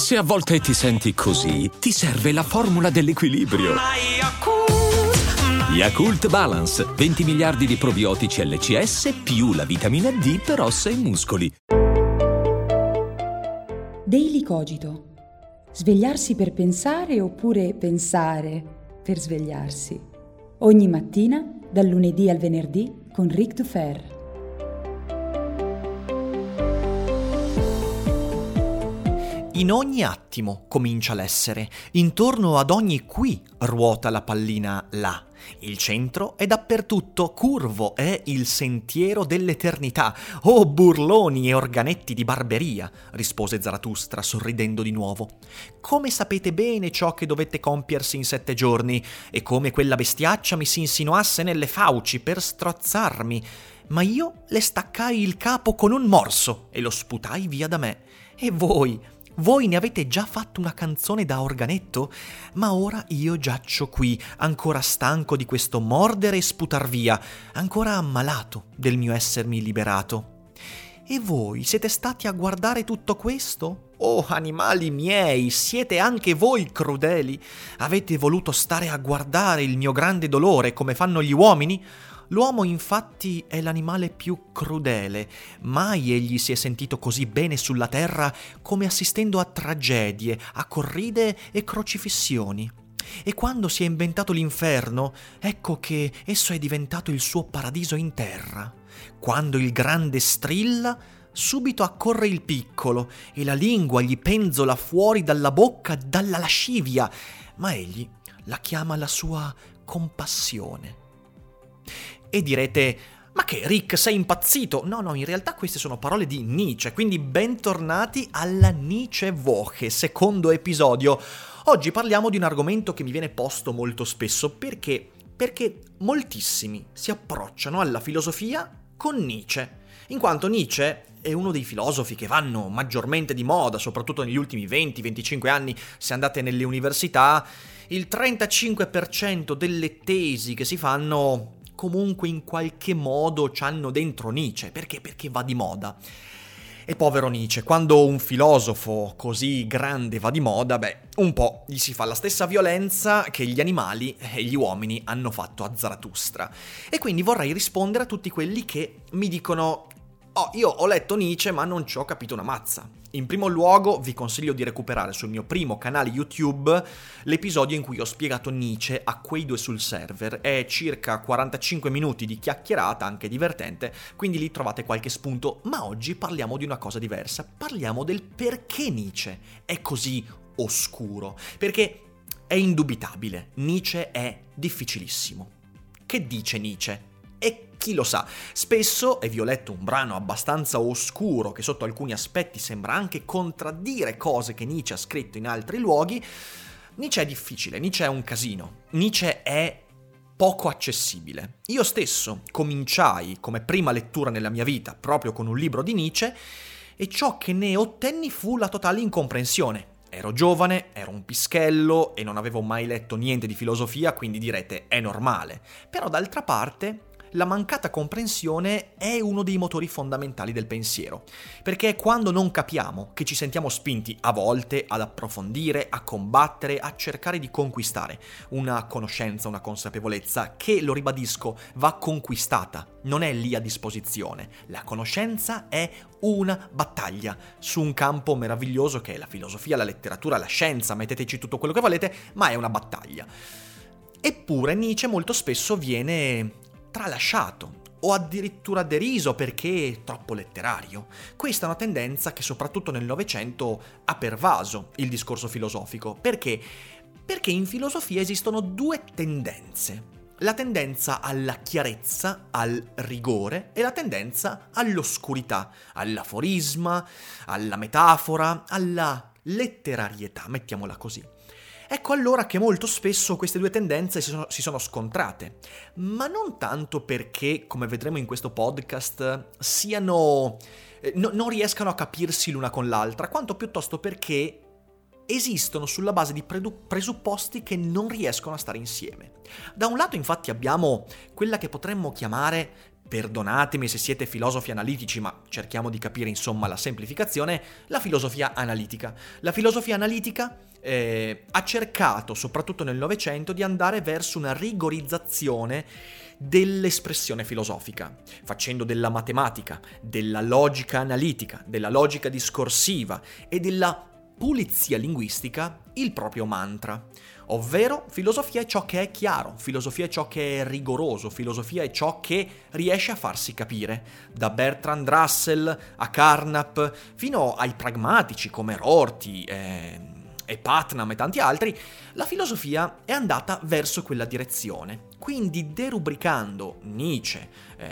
Se a volte ti senti così, ti serve la formula dell'equilibrio. Yakult Balance, 20 miliardi di probiotici LCS più la vitamina D per ossa e muscoli. Daily Cogito. Svegliarsi per pensare oppure pensare per svegliarsi. Ogni mattina, dal lunedì al venerdì, con Ric Dufer. In ogni attimo comincia l'essere, intorno ad ogni qui ruota la pallina là. Il centro è dappertutto, curvo è il sentiero dell'eternità. Oh burloni e organetti di barberia, rispose Zarathustra sorridendo di nuovo. Come sapete bene ciò che dovette compiersi in 7 giorni, e come quella bestiaccia mi si insinuasse nelle fauci per strozzarmi. Ma io le staccai il capo con un morso e lo sputai via da me. E voi ne avete già fatto una canzone da organetto? Ma ora io giaccio qui, ancora stanco di questo mordere e sputar via, ancora ammalato del mio essermi liberato. E voi siete stati a guardare tutto questo? Oh, animali miei, siete anche voi crudeli? Avete voluto stare a guardare il mio grande dolore come fanno gli uomini? L'uomo infatti è l'animale più crudele, mai egli si è sentito così bene sulla terra come assistendo a tragedie, a corride e crocifissioni. E quando si è inventato l'inferno, ecco che esso è diventato il suo paradiso in terra. Quando il grande strilla, subito accorre il piccolo e la lingua gli penzola fuori dalla bocca, dalla lascivia, ma egli la chiama la sua compassione. E direte, ma che Rick, sei impazzito? No, in realtà queste sono parole di Nietzsche, quindi bentornati alla Nietzsche-Woche, secondo episodio. Oggi parliamo di un argomento che mi viene posto molto spesso, perché moltissimi si approcciano alla filosofia con Nietzsche, in quanto Nietzsche è uno dei filosofi che vanno maggiormente di moda, soprattutto negli ultimi 20-25 anni. Se andate nelle università, il 35% delle tesi che si fanno comunque in qualche modo c'hanno dentro Nietzsche. Perché? Perché va di moda. E povero Nietzsche, quando un filosofo così grande va di moda, un po' gli si fa la stessa violenza che gli animali e gli uomini hanno fatto a Zarathustra. E quindi vorrei rispondere a tutti quelli che mi dicono: oh, io ho letto Nietzsche ma non ci ho capito una mazza. In primo luogo vi consiglio di recuperare sul mio primo canale YouTube l'episodio in cui ho spiegato Nietzsche a quei due sul server. È circa 45 minuti di chiacchierata, anche divertente, quindi lì trovate qualche spunto. Ma oggi parliamo di una cosa diversa. Parliamo del perché Nietzsche è così oscuro. Perché è indubitabile, Nietzsche è difficilissimo. Che dice Nietzsche? E chi lo sa, spesso, e vi ho letto un brano abbastanza oscuro che sotto alcuni aspetti sembra anche contraddire cose che Nietzsche ha scritto in altri luoghi, Nietzsche è difficile, Nietzsche è un casino, Nietzsche è poco accessibile. Io stesso cominciai come prima lettura nella mia vita proprio con un libro di Nietzsche e ciò che ne ottenni fu la totale incomprensione. Ero giovane, ero un pischello e non avevo mai letto niente di filosofia, quindi direte è normale. Però d'altra parte la mancata comprensione è uno dei motori fondamentali del pensiero, perché è quando non capiamo che ci sentiamo spinti a volte ad approfondire, a combattere, a cercare di conquistare una conoscenza, una consapevolezza che, lo ribadisco, va conquistata, non è lì a disposizione. La conoscenza è una battaglia su un campo meraviglioso che è la filosofia, la letteratura, la scienza, metteteci tutto quello che volete, ma è una battaglia. Eppure Nietzsche molto spesso viene tralasciato o addirittura deriso perché è troppo letterario. Questa è una tendenza che soprattutto nel Novecento ha pervaso il discorso filosofico. Perché? Perché in filosofia esistono due tendenze: la tendenza alla chiarezza, al rigore, e la tendenza all'oscurità, all'aforisma, alla metafora, alla letterarietà, mettiamola così. Ecco allora che molto spesso queste due tendenze si sono scontrate, ma non tanto perché, come vedremo in questo podcast, non riescano a capirsi l'una con l'altra, quanto piuttosto perché esistono sulla base di presupposti che non riescono a stare insieme. Da un lato infatti abbiamo quella che potremmo chiamare perdonatemi se siete filosofi analitici, ma cerchiamo di capire insomma la semplificazione, la filosofia analitica. La filosofia analitica ha cercato, soprattutto nel Novecento, di andare verso una rigorizzazione dell'espressione filosofica, facendo della matematica, della logica analitica, della logica discorsiva e della pulizia linguistica il proprio mantra. Ovvero, filosofia è ciò che è chiaro, filosofia è ciò che è rigoroso, filosofia è ciò che riesce a farsi capire. Da Bertrand Russell a Carnap, fino ai pragmatici come Rorty e Putnam e tanti altri, la filosofia è andata verso quella direzione. Quindi derubricando Nietzsche,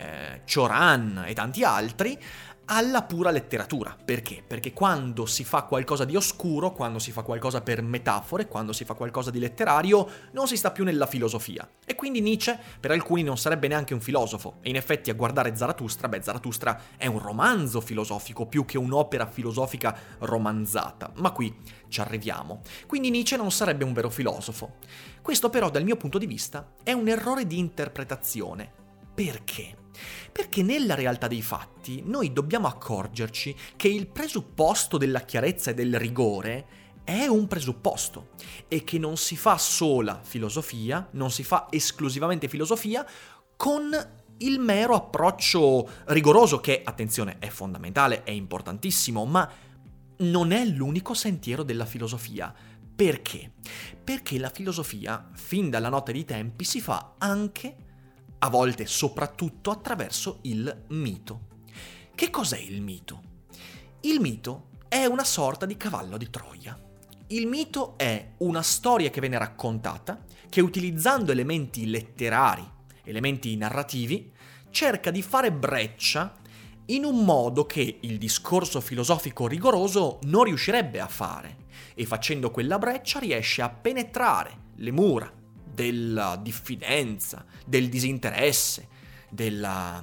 Cioran e tanti altri alla pura letteratura. Perché? Perché quando si fa qualcosa di oscuro, quando si fa qualcosa per metafore, quando si fa qualcosa di letterario, non si sta più nella filosofia. E quindi Nietzsche per alcuni non sarebbe neanche un filosofo. E in effetti a guardare Zarathustra, Zarathustra è un romanzo filosofico più che un'opera filosofica romanzata. Ma qui ci arriviamo. Quindi Nietzsche non sarebbe un vero filosofo. Questo però dal mio punto di vista è un errore di interpretazione. Perché? Perché nella realtà dei fatti noi dobbiamo accorgerci che il presupposto della chiarezza e del rigore è un presupposto e che non si fa sola filosofia, non si fa esclusivamente filosofia con il mero approccio rigoroso che, attenzione, è fondamentale, è importantissimo, ma non è l'unico sentiero della filosofia. Perché? Perché la filosofia, fin dalla notte dei tempi, si fa anche, a volte soprattutto, attraverso il mito. Che cos'è il mito? Il mito è una sorta di cavallo di Troia. Il mito è una storia che viene raccontata, che utilizzando elementi letterari, elementi narrativi, cerca di fare breccia in un modo che il discorso filosofico rigoroso non riuscirebbe a fare, e facendo quella breccia riesce a penetrare le mura della diffidenza, del disinteresse, della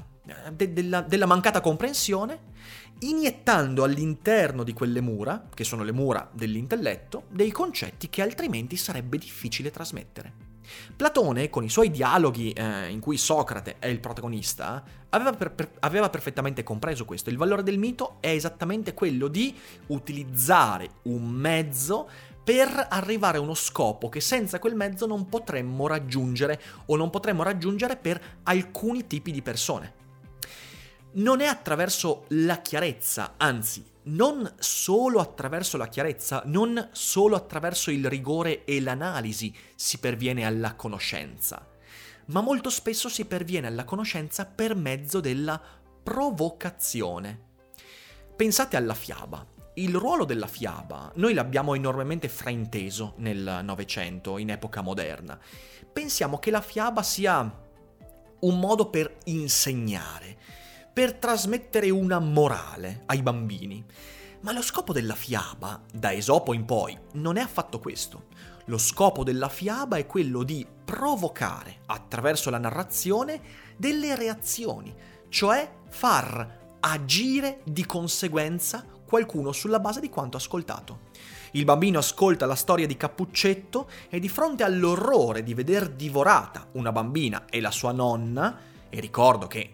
mancata comprensione, iniettando all'interno di quelle mura, che sono le mura dell'intelletto, dei concetti che altrimenti sarebbe difficile trasmettere. Platone, con i suoi dialoghi in cui Socrate è il protagonista, aveva perfettamente compreso questo. Il valore del mito è esattamente quello di utilizzare un mezzo per arrivare a uno scopo che senza quel mezzo non potremmo raggiungere, o non potremmo raggiungere per alcuni tipi di persone. Non è attraverso la chiarezza, anzi, non solo attraverso la chiarezza, non solo attraverso il rigore e l'analisi si perviene alla conoscenza, ma molto spesso si perviene alla conoscenza per mezzo della provocazione. Pensate alla fiaba. Il ruolo della fiaba noi l'abbiamo enormemente frainteso nel Novecento, in epoca moderna. Pensiamo che la fiaba sia un modo per insegnare, per trasmettere una morale ai bambini. Ma lo scopo della fiaba, da Esopo in poi, non è affatto questo. Lo scopo della fiaba è quello di provocare, attraverso la narrazione, delle reazioni, cioè far agire di conseguenza qualcuno sulla base di quanto ascoltato. Il bambino ascolta la storia di Cappuccetto e di fronte all'orrore di veder divorata una bambina e la sua nonna, e ricordo che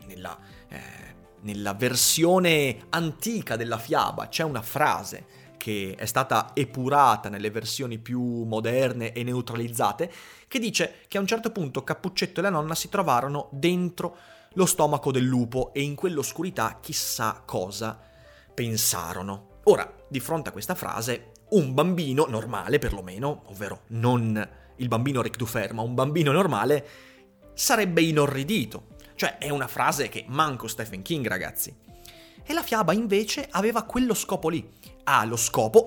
nella versione antica della fiaba c'è una frase che è stata epurata nelle versioni più moderne e neutralizzate, che dice che a un certo punto Cappuccetto e la nonna si trovarono dentro lo stomaco del lupo e in quell'oscurità chissà cosa pensarono. Ora, di fronte a questa frase, un bambino normale perlomeno, ovvero non il bambino Ric Dufer, ma un bambino normale, sarebbe inorridito. Cioè, è una frase che manco Stephen King, ragazzi. E la fiaba invece aveva quello scopo lì. Ha lo scopo,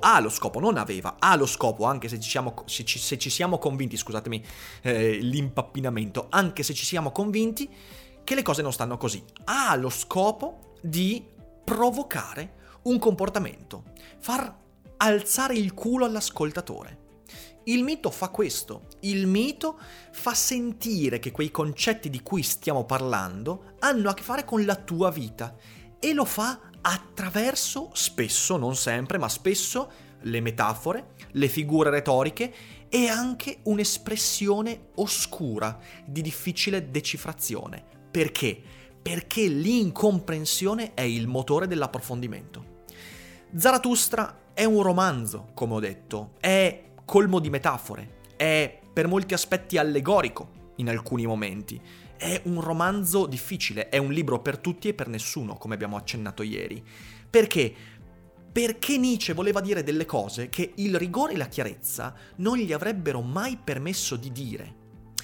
anche se ci siamo convinti, scusatemi l'impappinamento, anche se ci siamo convinti che le cose non stanno così. Ha lo scopo di provocare un comportamento, far alzare il culo all'ascoltatore. Il mito fa questo. Il mito fa sentire che quei concetti di cui stiamo parlando hanno a che fare con la tua vita, e lo fa attraverso, spesso, non sempre, ma spesso, le metafore, le figure retoriche e anche un'espressione oscura di difficile decifrazione. Perché? perché l'incomprensione è il motore dell'approfondimento. Zarathustra è un romanzo, come ho detto, è colmo di metafore, è per molti aspetti allegorico in alcuni momenti, è un romanzo difficile, è un libro per tutti e per nessuno, come abbiamo accennato ieri. Perché? Perché Nietzsche voleva dire delle cose che il rigore e la chiarezza non gli avrebbero mai permesso di dire.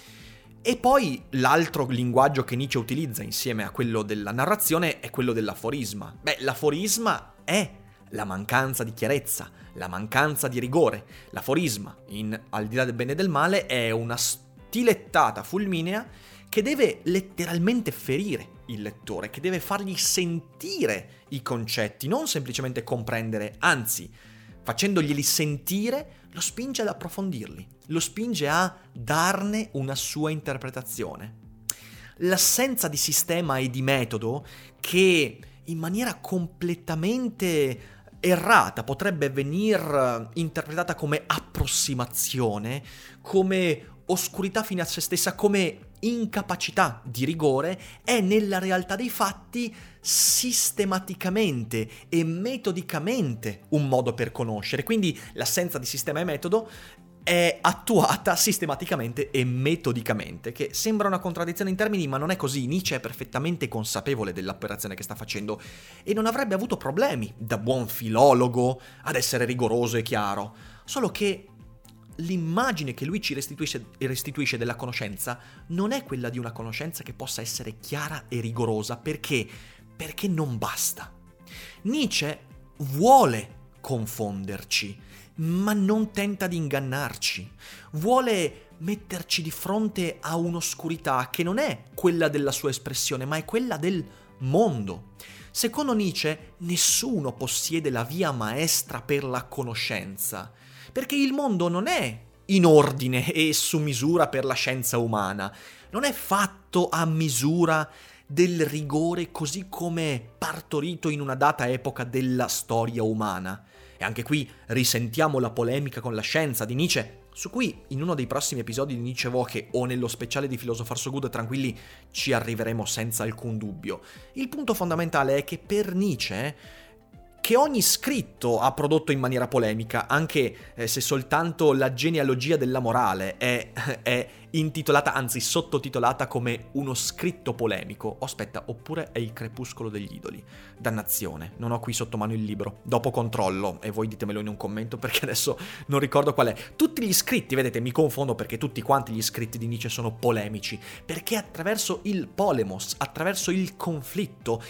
E poi l'altro linguaggio che Nietzsche utilizza insieme a quello della narrazione è quello dell'aforisma. L'aforisma è la mancanza di chiarezza, la mancanza di rigore. L'aforisma, al di là del bene e del male, è una stilettata fulminea che deve letteralmente ferire il lettore, che deve fargli sentire i concetti, non semplicemente comprendere, anzi, facendoglieli sentire, lo spinge ad approfondirli, lo spinge a darne una sua interpretazione. L'assenza di sistema e di metodo, che in maniera completamente errata potrebbe venir interpretata come approssimazione, come oscurità fine a se stessa, come incapacità di rigore, è nella realtà dei fatti sistematicamente e metodicamente un modo per conoscere. Quindi l'assenza di sistema e metodo è attuata sistematicamente e metodicamente, che sembra una contraddizione in termini, ma non è così. Nietzsche è perfettamente consapevole dell'operazione che sta facendo e non avrebbe avuto problemi, da buon filologo, ad essere rigoroso e chiaro. Solo che l'immagine che lui ci restituisce della conoscenza non è quella di una conoscenza che possa essere chiara e rigorosa. Perché? Perché non basta. Nietzsche vuole confonderci, ma non tenta di ingannarci. Vuole metterci di fronte a un'oscurità che non è quella della sua espressione, ma è quella del mondo. Secondo Nietzsche, nessuno possiede la via maestra per la conoscenza, perché il mondo non è in ordine e su misura per la scienza umana, non è fatto a misura del rigore così come partorito in una data epoca della storia umana. E anche qui risentiamo la polemica con la scienza di Nietzsche, su cui in uno dei prossimi episodi di Nietzsche Voce o nello speciale di Philosopher So Good, tranquilli, ci arriveremo senza alcun dubbio. Il punto fondamentale è che per Nietzsche, che ogni scritto ha prodotto in maniera polemica, anche se soltanto la genealogia della morale è intitolata, anzi sottotitolata come uno scritto polemico. Aspetta, oppure è il crepuscolo degli idoli. Dannazione, non ho qui sotto mano il libro. Dopo controllo e voi ditemelo in un commento perché adesso non ricordo qual è. Tutti gli scritti, vedete, mi confondo perché tutti quanti gli scritti di Nietzsche sono polemici, perché attraverso il polemos, attraverso il conflitto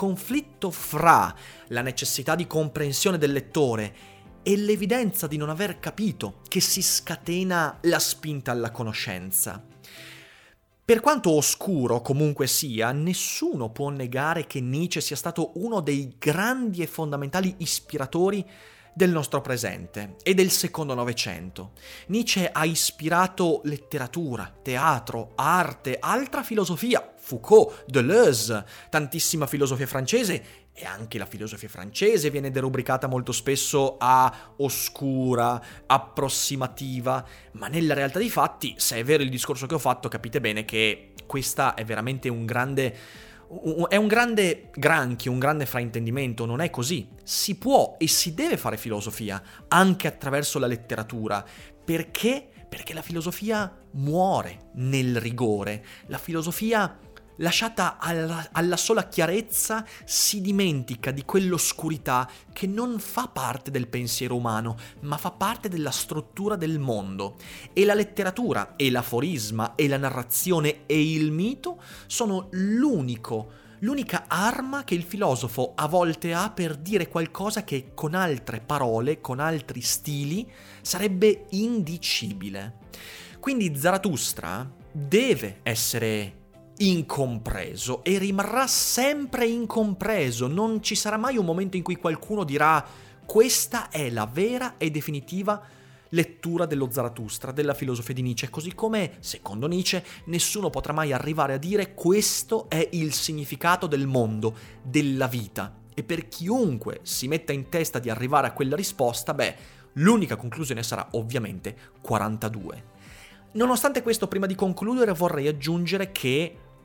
fra la necessità di comprensione del lettore e l'evidenza di non aver capito che si scatena la spinta alla conoscenza. Per quanto oscuro comunque sia, nessuno può negare che Nietzsche sia stato uno dei grandi e fondamentali ispiratori del nostro presente e del secondo Novecento. Nietzsche ha ispirato letteratura, teatro, arte, altra filosofia, Foucault, Deleuze, tantissima filosofia francese, e anche la filosofia francese viene derubricata molto spesso a oscura, approssimativa, ma nella realtà dei fatti, se è vero il discorso che ho fatto, capite bene che questa è veramente un grande granchio, un grande fraintendimento. Non è così. Si può e si deve fare filosofia anche attraverso la letteratura. Perché? Perché la filosofia muore nel rigore. La filosofia, lasciata alla sola chiarezza, si dimentica di quell'oscurità che non fa parte del pensiero umano, ma fa parte della struttura del mondo. E la letteratura, e l'aforisma, e la narrazione, e il mito sono l'unica arma che il filosofo a volte ha per dire qualcosa che con altre parole, con altri stili, sarebbe indicibile. Quindi Zarathustra deve essere incompreso e rimarrà sempre incompreso. Non ci sarà mai un momento in cui qualcuno dirà: questa è la vera e definitiva lettura dello Zarathustra, della filosofia di Nietzsche, così come, secondo Nietzsche, nessuno potrà mai arrivare a dire questo è il significato del mondo, della vita. E per chiunque si metta in testa di arrivare a quella risposta, l'unica conclusione sarà ovviamente 42. Nonostante questo, prima di concludere, vorrei aggiungere che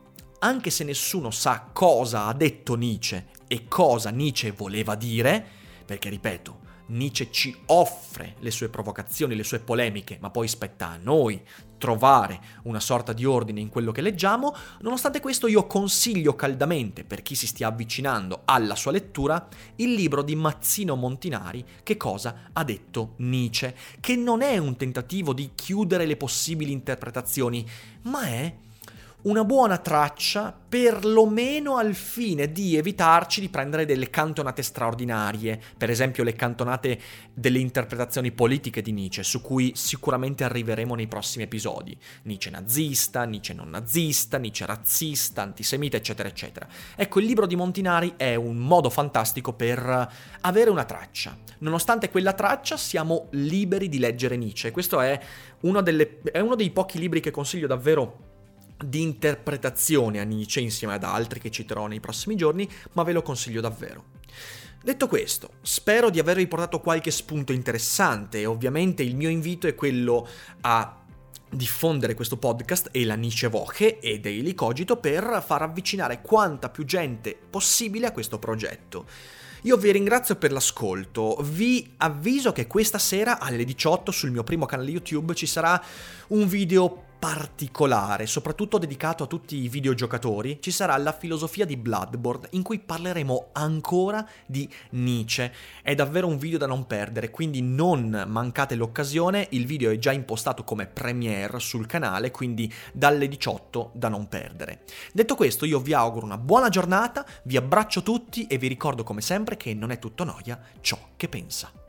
anche se nessuno sa cosa ha detto Nietzsche e cosa Nietzsche voleva dire, perché ripeto, Nietzsche ci offre le sue provocazioni, le sue polemiche, ma poi spetta a noi trovare una sorta di ordine in quello che leggiamo. Nonostante questo, io consiglio caldamente, per chi si stia avvicinando alla sua lettura, il libro di Mazzino Montinari, Che cosa ha detto Nietzsche, che non è un tentativo di chiudere le possibili interpretazioni, ma è una buona traccia, perlomeno al fine di evitarci di prendere delle cantonate straordinarie, per esempio le cantonate delle interpretazioni politiche di Nietzsche, su cui sicuramente arriveremo nei prossimi episodi. Nietzsche nazista, Nietzsche non nazista, Nietzsche razzista, antisemita, eccetera, eccetera. Ecco, il libro di Montinari è un modo fantastico per avere una traccia. Nonostante quella traccia, siamo liberi di leggere Nietzsche. Questo è uno dei pochi libri che consiglio davvero di interpretazione a Nietzsche, insieme ad altri che citerò nei prossimi giorni, ma ve lo consiglio davvero. Detto questo, spero di avervi portato qualche spunto interessante e ovviamente il mio invito è quello a diffondere questo podcast e la Nietzsche Woche e Daily Cogito per far avvicinare quanta più gente possibile a questo progetto. Io vi ringrazio per l'ascolto, vi avviso che questa sera alle 18 sul mio primo canale YouTube ci sarà un video particolare, soprattutto dedicato a tutti i videogiocatori. Ci sarà la filosofia di Bloodborne, in cui parleremo ancora di Nietzsche. È davvero un video da non perdere, quindi non mancate l'occasione. Il video è già impostato come premiere sul canale, quindi dalle 18 da non perdere. Detto questo, io vi auguro una buona giornata, vi abbraccio tutti e vi ricordo come sempre che non è tutto noia ciò che pensa.